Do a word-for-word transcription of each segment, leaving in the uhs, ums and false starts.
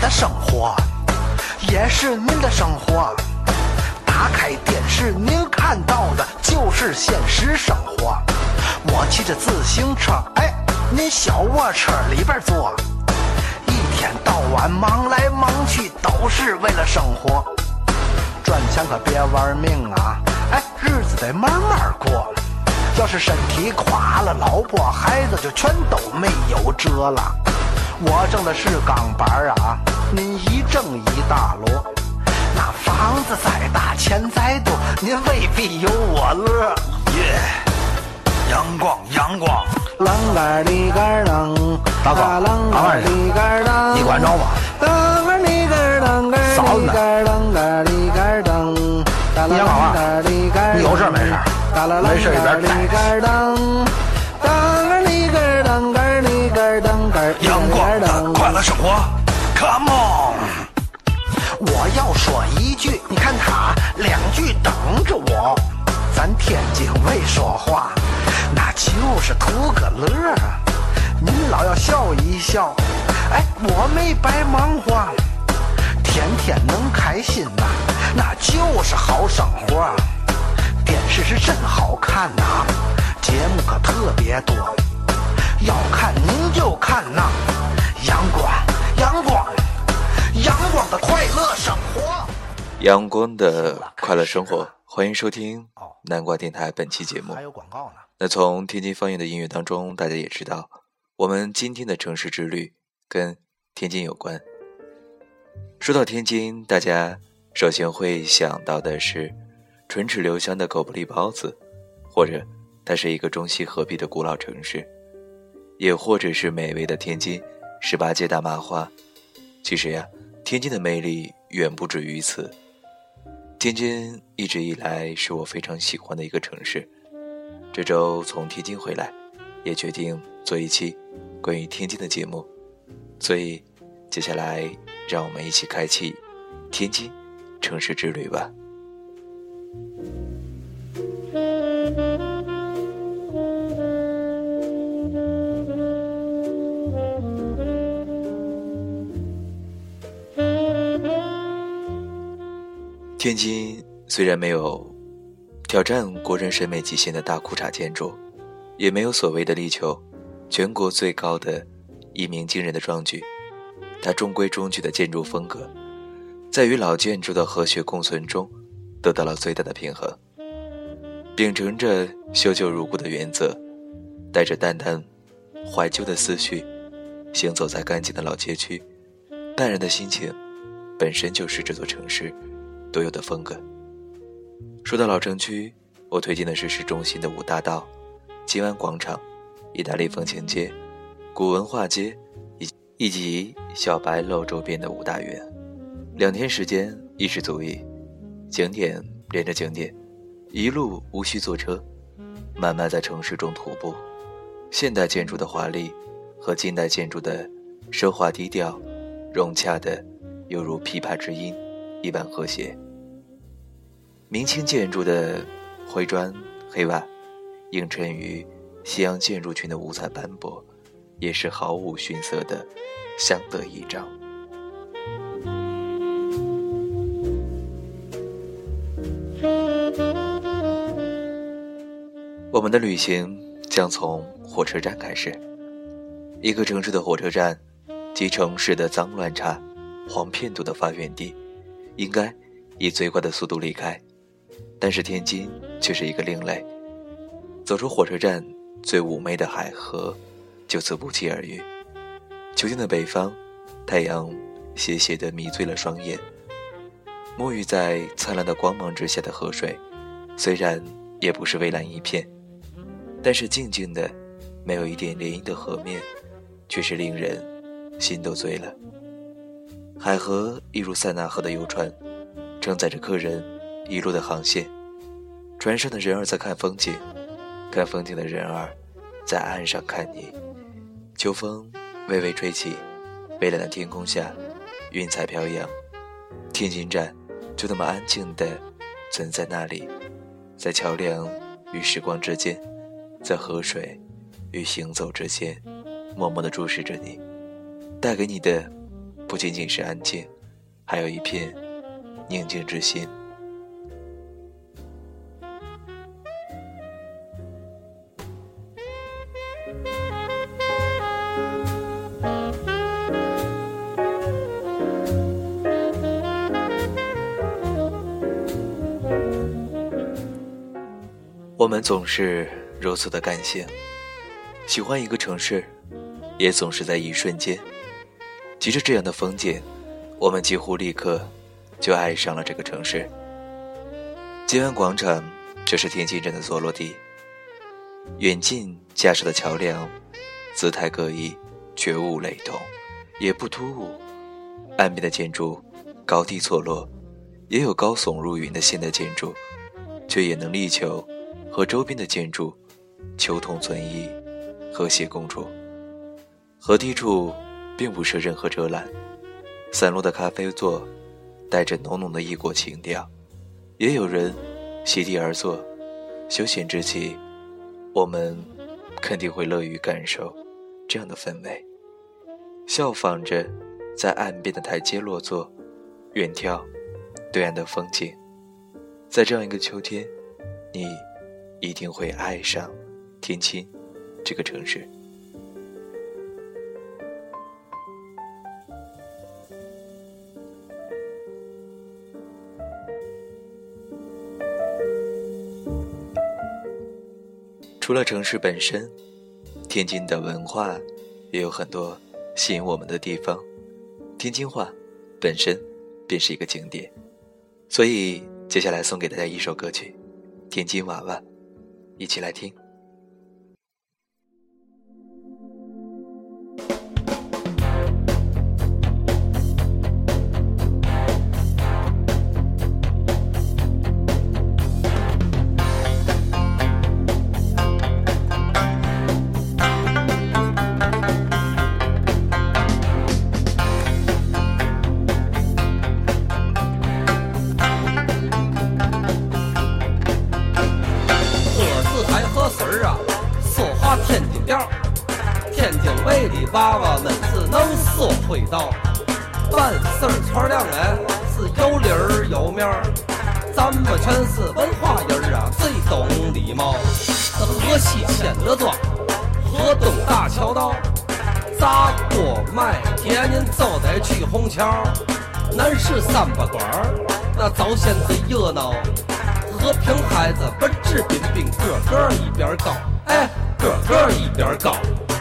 的生活，也是您的生活。打开电视，您看到的就是现实生活。我骑着自行车，哎，您小卧车里边坐，一天到晚忙来忙去，都是为了生活。赚钱可别玩命啊，哎，日子得慢慢过。要是身体垮了，老婆孩子就全都没有辙了。我挣的是钢板啊，您一挣一大摞。那房子再大，钱再多，您未必有我乐。 耶、yeah, 阳光阳光， 啷个里个啷， 大哥，干嘛去？你管着吗？嫂子呢？你想干嘛？你有事没事？没事一边待着。阳光的快乐生活 ，Come on！ 我要说一句，你看他两句等着我。咱天津卫说话，那就是图个乐。您老要笑一笑，哎，我没白忙活。天天能开心呐、啊，那就是好生活。电视是真好看呐、啊，节目可特别多。要看您就看呐、啊，阳光，阳光，阳光的快乐生活。 阳光的快乐生活，欢迎收听南瓜电台本期节目。 还有广告呢。 那从天津方言的音乐当中，大家也知道，我们今天的城市之旅跟天津有关。说到天津，大家首先会想到的是唇齿留香的狗不理包子，或者它是一个中西合璧的古老城市，也或者是美味的天津十八街大麻花。其实呀，天津的魅力远不止于此。天津一直以来是我非常喜欢的一个城市。这周从天津回来，也决定做一期关于天津的节目，所以接下来让我们一起开启天津城市之旅吧。天津虽然没有挑战国人审美极限的大裤衩建筑，也没有所谓的力求全国最高的一鸣惊人的壮举，它中规中矩的建筑风格在与老建筑的和谐共存中得到了最大的平衡。秉承着修旧如故的原则，带着淡淡怀旧的思绪，行走在干净的老街区，淡然的心情本身就是这座城市独有的风格。说到老城区，我推荐的是市中心的五大道、金湾广场、意大利风情街、古文化街以及小白楼周边的五大园。两天时间一时足矣，景点连着景点，一路无需坐车，慢慢在城市中徒步。现代建筑的华丽和近代建筑的奢华低调融洽的犹如琵琶之音一般和谐。明清建筑的灰砖黑瓦映衬于西洋建筑群的五彩斑驳，也是毫无逊色的相得益彰。我们的旅行将从火车站开始。一个城市的火车站即城市的脏乱差、黄片度的发源地，应该以最快的速度离开。但是天津却是一个另类，走出火车站，最妩媚的海河就此不期而遇。秋天的北方，太阳斜斜地迷醉了双眼，沐浴在灿烂的光芒之下的河水，虽然也不是蔚蓝一片，但是静静的没有一点涟漪的河面，却是令人心都醉了。海河一如塞纳河的游船，承载着客人一路的航线，船上的人儿在看风景，看风景的人儿在岸上看你。秋风微微吹起，蔚蓝的天空下云彩飘扬，天津站就那么安静地存在那里，在桥梁与时光之间，在河水与行走之间，默默地注视着你，带给你的不仅仅是安静，还有一片宁静之心。我们总是如此的感性，喜欢一个城市，也总是在一瞬间。藉着这样的风景，我们几乎立刻就爱上了这个城市。金湾广场，这是天津人的坐落地。远近架设的桥梁，姿态各异，绝无雷同，也不突兀。岸边的建筑高低错落，也有高耸入云的现代建筑，却也能力求和周边的建筑求同存异，和谐共处。河堤处并不设任何遮拦，散落的咖啡座带着浓浓的异国情调，也有人席地而坐，休闲之际，我们肯定会乐于感受这样的氛围，效仿着在岸边的台阶落座，远眺对岸的风景。在这样一个秋天，你一定会爱上天津这个城市。除了城市本身，天津的文化也有很多吸引我们的地方。天津话本身便是一个景点，所以接下来送给大家一首歌曲《天津娃娃》，一起来听。 天津卫的娃娃们是能说会道，办事儿穿亮哎是有理儿有面儿，咱们全是文化人啊，最懂礼貌。这河西千德庄，河东大桥道，炸锅卖铁您就得去虹桥。南市三八馆那早先最热闹，和平孩子本质彬彬，个个一边高，哎，个个一边高。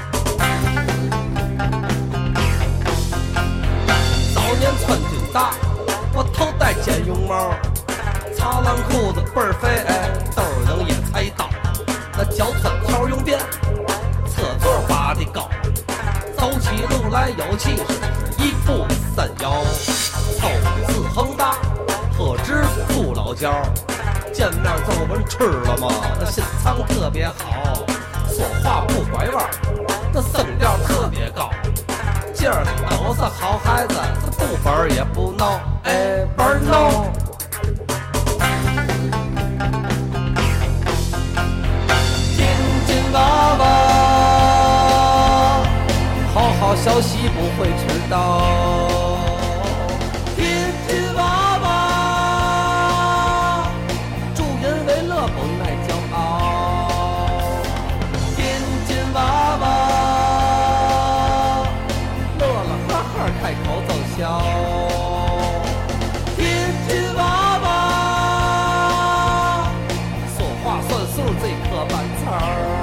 早年穿军大，我头戴尖绒帽，擦浪裤子倍儿肥，哎，兜能也踩到。那脚穿条绒鞭，侧座拔的高，走起路来有气势，一步三摇。头字恒大，特指不老焦。见面皱纹吃了吗？那心肠特别好，说话不拐弯，那声调特别高。今儿都是好孩子，这不玩也不闹，哎，玩闹。天津娃娃，好好消息不会迟到。天津娃娃，助人为乐不耐骄傲。天津娃娃，乐了呵呵开口奏笑。天津娃娃，说话算数最刻板词儿。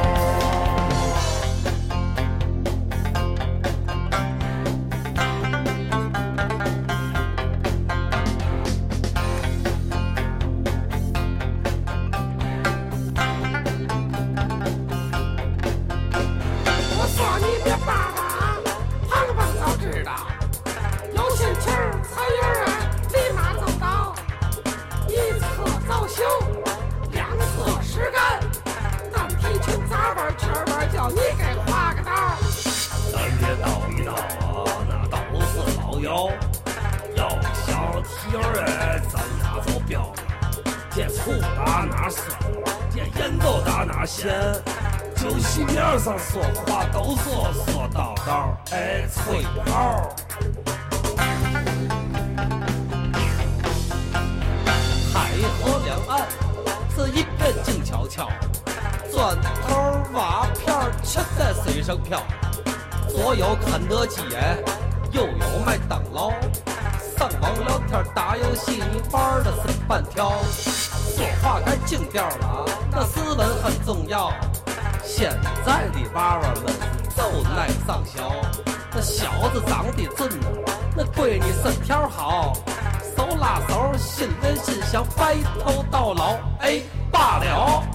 你给画个道，咱别倒一倒啊，那都是老妖。要小题儿哎，咱俩就标了。这醋打哪酸，这烟都打哪咸。酒席面上说话都说说道道，哎，吹泡。 海河两岸是一片静悄悄，砖头瓦片全在水上漂，左有肯德基，右有麦当劳，上网聊天打游戏，你玩的是半条，说话该静调了，那斯文很重要。现在的娃娃们都爱上小，那小子长得俊呢，那闺女身条好，手拉手，心连心，想白头到老，哎，罢了。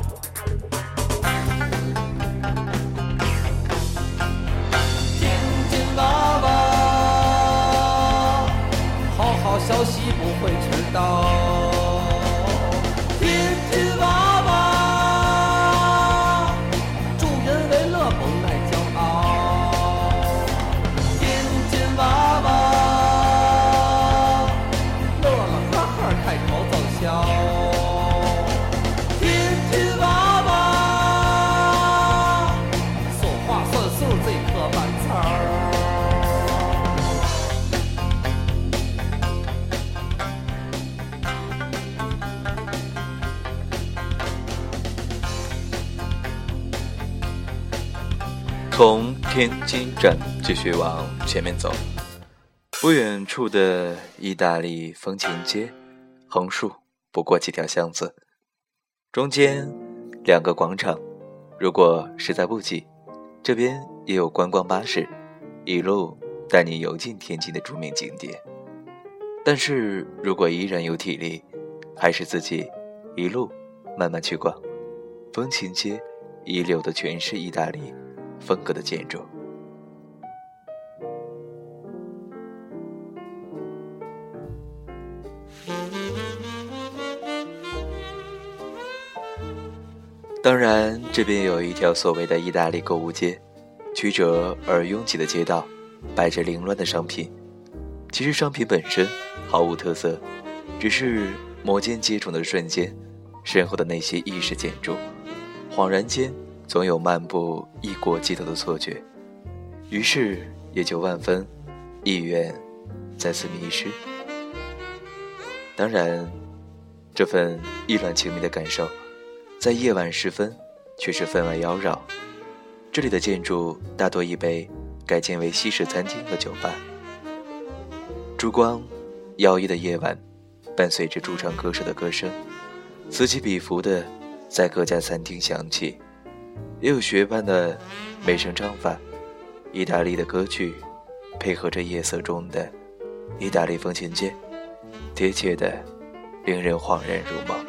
天津娃娃，好好学习不会迟到。天津娃娃，助人为乐不爱骄傲。天津娃娃，乐了呵呵开口奏笑。天津娃娃，说话算数最可板词儿。 从天津站继续往前面走，不远处的意大利风情街，横竖不过几条巷子，中间两个广场，如果实在不济，这边也有观光巴士，一路带你游进天津的著名景点。但是如果依然有体力，还是自己一路慢慢去逛。风情街遗留的全是意大利风格的建筑。当然这边有一条所谓的意大利购物街，曲折而拥挤的街道，摆着凌乱的商品。其实商品本身毫无特色，只是摩肩接踵的瞬间，身后的那些意式建筑，恍然间总有漫步异国街头的错觉，于是也就万分意愿再次迷失。当然这份意乱情迷的感受在夜晚时分却是分外妖娆。这里的建筑大多已被改建为西式餐厅和酒吧，烛光摇曳的夜晚，伴随着驻唱歌手的歌声，此起彼伏的在各家餐厅响起，也有学伴的美声唱法，意大利的歌曲配合着夜色中的意大利风情街，贴切的令人恍然如梦。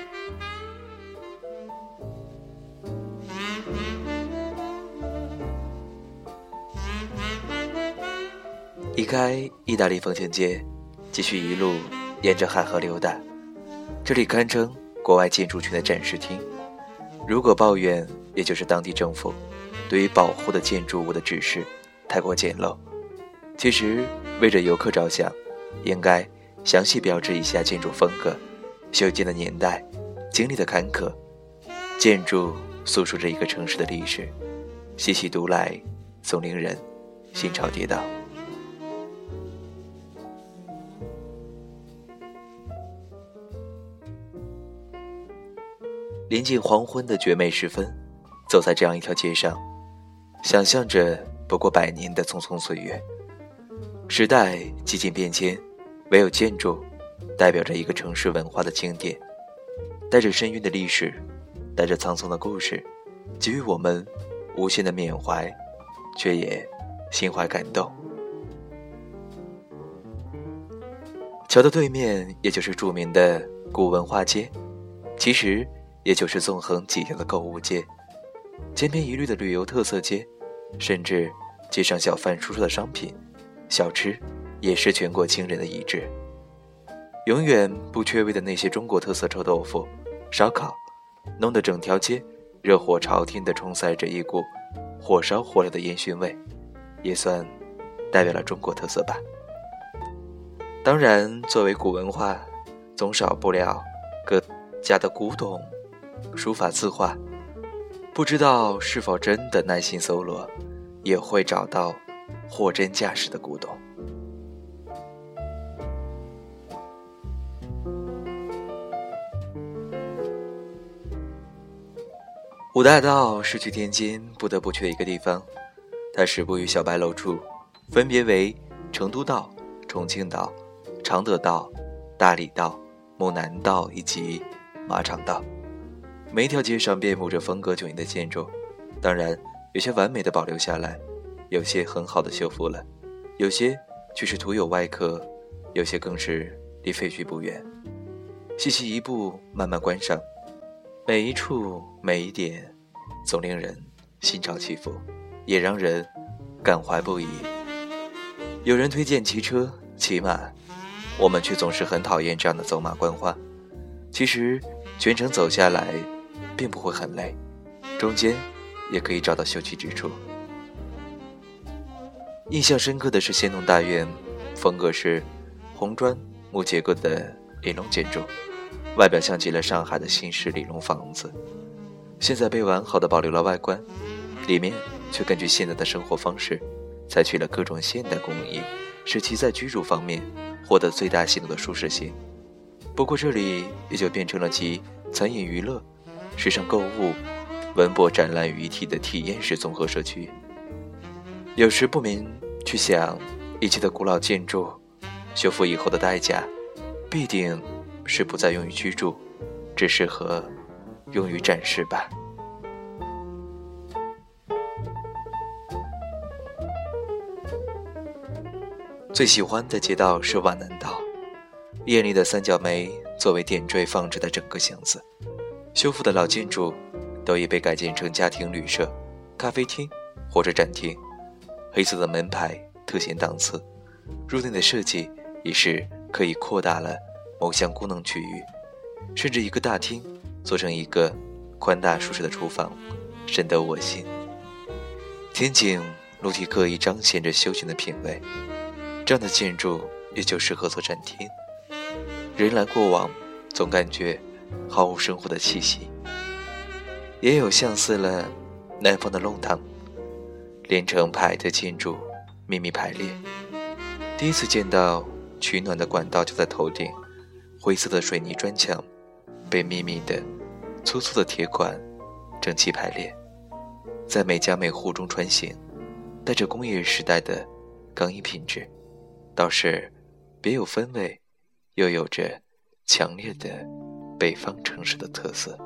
离开意大利风情街，继续一路沿着海河溜达，这里堪称国外建筑群的展示厅。如果抱怨，也就是当地政府对于保护的建筑物的指示太过简陋。其实为着游客着想，应该详细标志一下建筑风格、修建的年代、经历的坎坷。建筑诉说着一个城市的历史，细细读来，总令人心潮跌宕。临近黄昏的绝美时分，走在这样一条街上，想象着不过百年的匆匆岁月。时代几经变迁，唯有建筑代表着一个城市文化的经典，带着深蕴的历史，带着苍松的故事，给予我们无限的缅怀，却也心怀感动。桥的对面也就是著名的古文化街，其实也就是纵横几条的购物街，千篇一律的旅游特色街，甚至街上小贩出售的商品小吃也是全国惊人的一致。永远不缺位的那些中国特色臭豆腐、烧烤，弄得整条街热火朝天地冲塞着一股火烧火燎的烟熏味，也算代表了中国特色吧。当然作为古文化，总少不了各家的古董、书法字画，不知道是否真的耐心搜罗，也会找到货真价实的古董。 五大道是去天津不得不去的一个地方，它始步于小白楼处，分别为成都道、重庆道、常德道、大理道、木南道以及马场道。每一条街上遍布着风格迥异的建筑，当然有些完美的保留下来，有些很好的修复了，有些却是徒有外壳，有些更是离废墟不远。细细一步慢慢观赏，每一处每一点总令人心潮起伏，也让人感怀不已。有人推荐骑车骑马，我们却总是很讨厌这样的走马观花。其实全程走下来并不会很累，中间也可以找到休憩之处。印象深刻的是仙农大院，风格是红砖木结构的玲珑建筑，外表像极了上海的新式玲珑房子，现在被完好的保留了外观，里面却根据现在的生活方式采取了各种现代工艺，使其在居住方面获得最大限度的舒适性。不过这里也就变成了集餐饮娱乐、时尚购物、文博展览于一体的体验式综合社区。有时不免去想，一切的古老建筑修复以后的代价必定是不再用于居住，只适合用于展示吧。最喜欢的街道是皖南道，艳丽的三角梅作为点缀放置在整个巷子，修复的老建筑都已被改建成家庭旅社、咖啡厅或者展厅，黑色的门牌特显档次，入内的设计也是可以扩大了某项功能区域，甚至一个大厅做成一个宽大舒适的厨房，深得我心。天井露体刻意彰显着修行的品味，这样的建筑也就适合做展厅，人来过往总感觉毫无生活的气息。也有像似了南方的弄堂，连成排的建筑密密排列，第一次见到取暖的管道就在头顶，灰色的水泥砖墙被密密的粗粗的铁管整齐排列，在每家每户中穿行，带着工业时代的刚毅品质，倒是别有氛味，又有着强烈的北方城市的特色。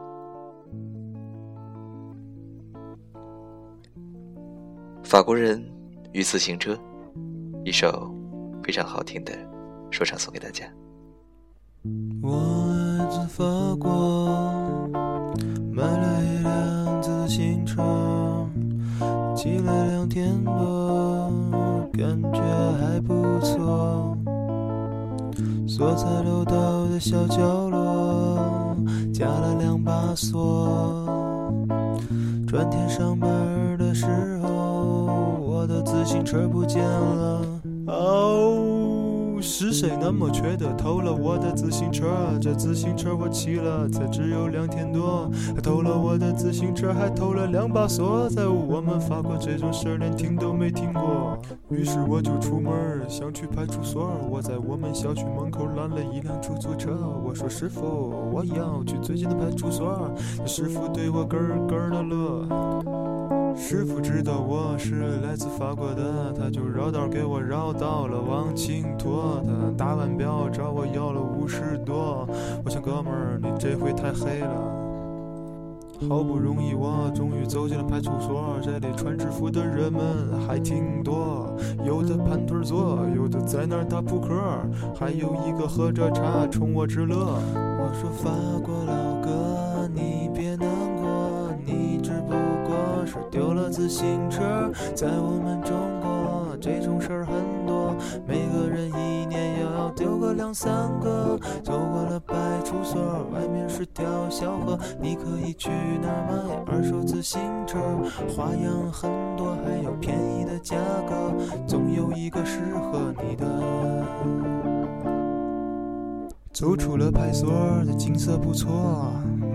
法国人与自行车，一首非常好听的说唱送给大家。 我来自法国，买了一辆自行车，骑了两天多，感觉还不错。锁在楼道的小角落，加了两把锁。转天上班的时候，我的自行车不见了。哦，是谁那么缺德偷了我的自行车？这自行车我骑了才只有两天多，偷了我的自行车还偷了两把锁，在我们法国这种事儿连听都没听过。于是我就出门想去派出所，我在我们小区门口拦了一辆出租车，我说师傅我要去最近的派出所，师傅对我咯咯的乐。师傅知道我是来自法国的，他就绕道给我绕到了王清托，他打完表找我要了五十多，我想哥们儿你这回太黑了。好不容易我终于走进了派出所，这里穿制服的人们还挺多，有的盘腿坐，有的在那儿打扑克，还有一个喝着茶冲我直乐。我说法国老哥你别难过，你只不过是丢了自行车，在我们中国这种事儿很多，每个人一年要丢个两三个。走过了派出所，外面是条小河，你可以去那儿买二手自行车，花样很多，还有便宜的价格，总有一个适合你的。走出了派出所的景色不错，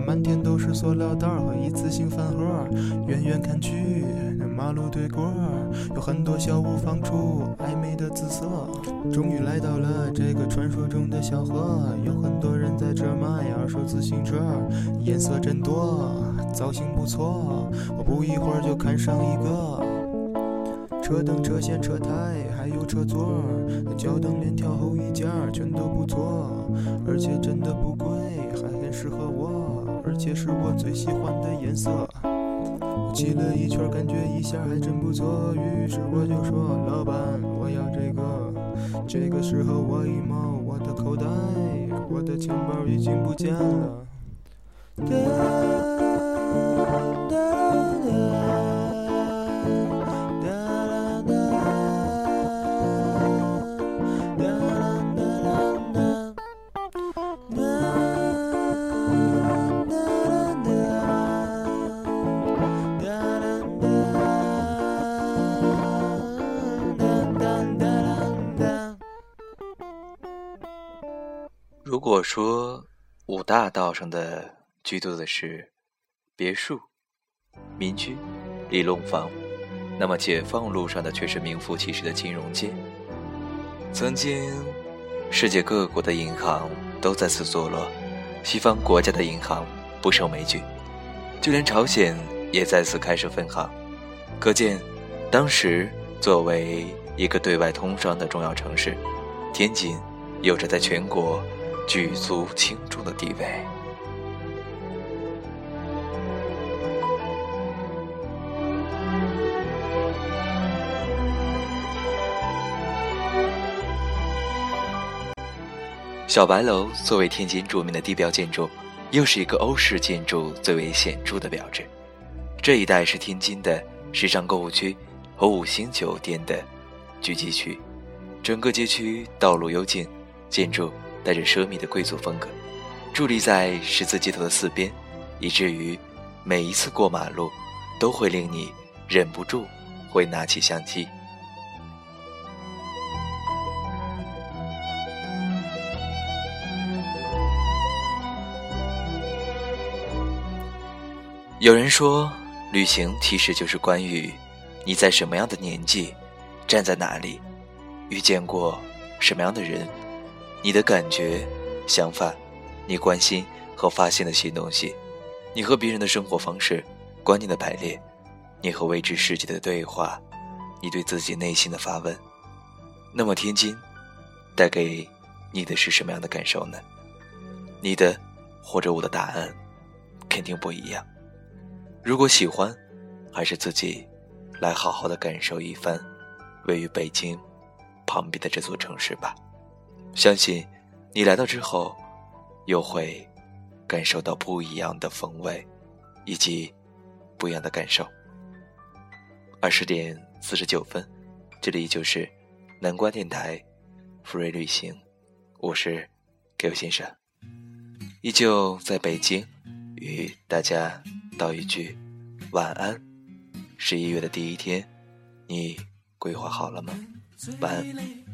满天都是塑料袋和一次性饭盒。远远看去，那马路对过有很多小屋放出暧昧的紫色。终于来到了这个传说中的小河，有很多人在这买二手自行车，颜色真多，造型不错。我不一会儿就看上一个。车灯、车线、车台，还有车座，脚蹬、链条、后衣架，全都不错，而且真的不贵，还很适合我，而且是我最喜欢的颜色。我骑了一圈，感觉一下还真不错，于是我就说：“老板，我要这个。”这个时候我一摸我的口袋，我的钱包已经不见了。哒哒哒如果说五大道上的居多的是别墅、民居、里弄房，那么解放路上的却是名副其实的金融街。曾经世界各国的银行都在此坐落，西方国家的银行不胜枚举，就连朝鲜也在此开设分行。可见当时作为一个对外通商的重要城市，天津有着在全国举足轻重的地位。小白楼作为天津著名的地标建筑，又是一个欧式建筑最为显著的标志。这一带是天津的时尚购物区和五星酒店的聚集区，整个街区道路幽静，建筑带着奢靡的贵族风格，伫立在十字街头的四边，以至于每一次过马路都会令你忍不住会拿起相机。有人说，旅行其实就是关于你在什么样的年纪，站在哪里，遇见过什么样的人，你的感觉、想法，你关心和发现的新东西，你和别人的生活方式、观念的排列，你和未知世界的对话，你对自己内心的发问。那么天津带给你的是什么样的感受呢？你的或者我的答案肯定不一样。如果喜欢，还是自己来好好的感受一番位于北京旁边的这座城市吧。相信你来到之后，又会感受到不一样的风味，以及不一样的感受。二十点四十九分，这里就是南瓜电台福瑞旅行，我是 Q 先生，依旧在北京与大家道一句晚安。十一月的第一天，你规划好了吗？晚安。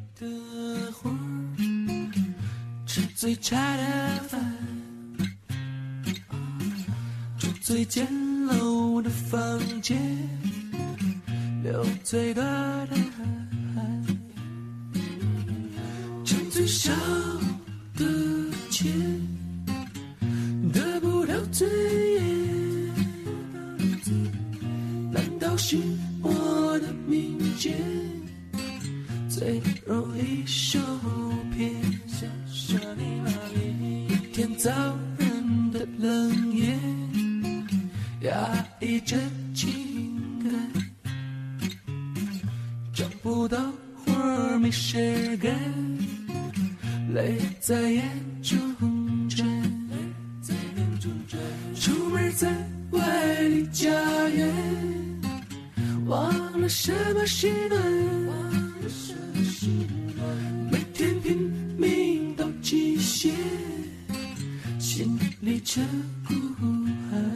吃最差的饭，住最简陋的房间，流最多的汗，挣最少的钱，得不到尊严，难道是我的民间最容易受骗？一天早人的冷眼，压抑着情感，找不到活没事干，泪在眼中转，出门在外离家园，忘了什么是暖，每天拼命到极限，心里这孤寒，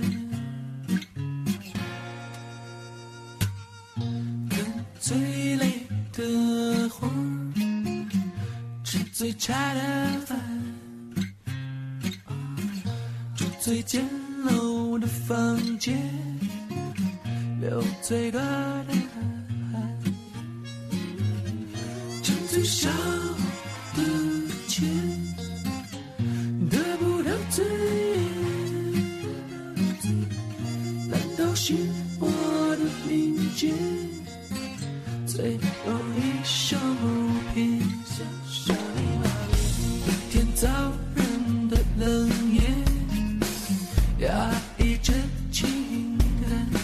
干最累的活，吃最差的饭，住最简楼的房间，流最多的汗，挣最少的钱，得不到尊严，难道是我的名节最容易受骗？一天早人的冷眼，压抑着情感，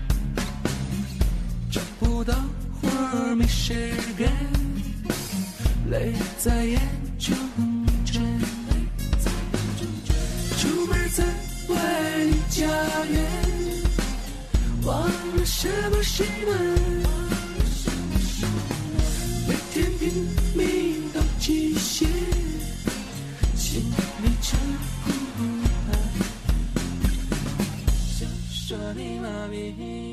找不到花没事干，泪在眼中转，出门在外离家园，忘了什么是门，每天拼命到极限，心里真不安，想说你妈咪。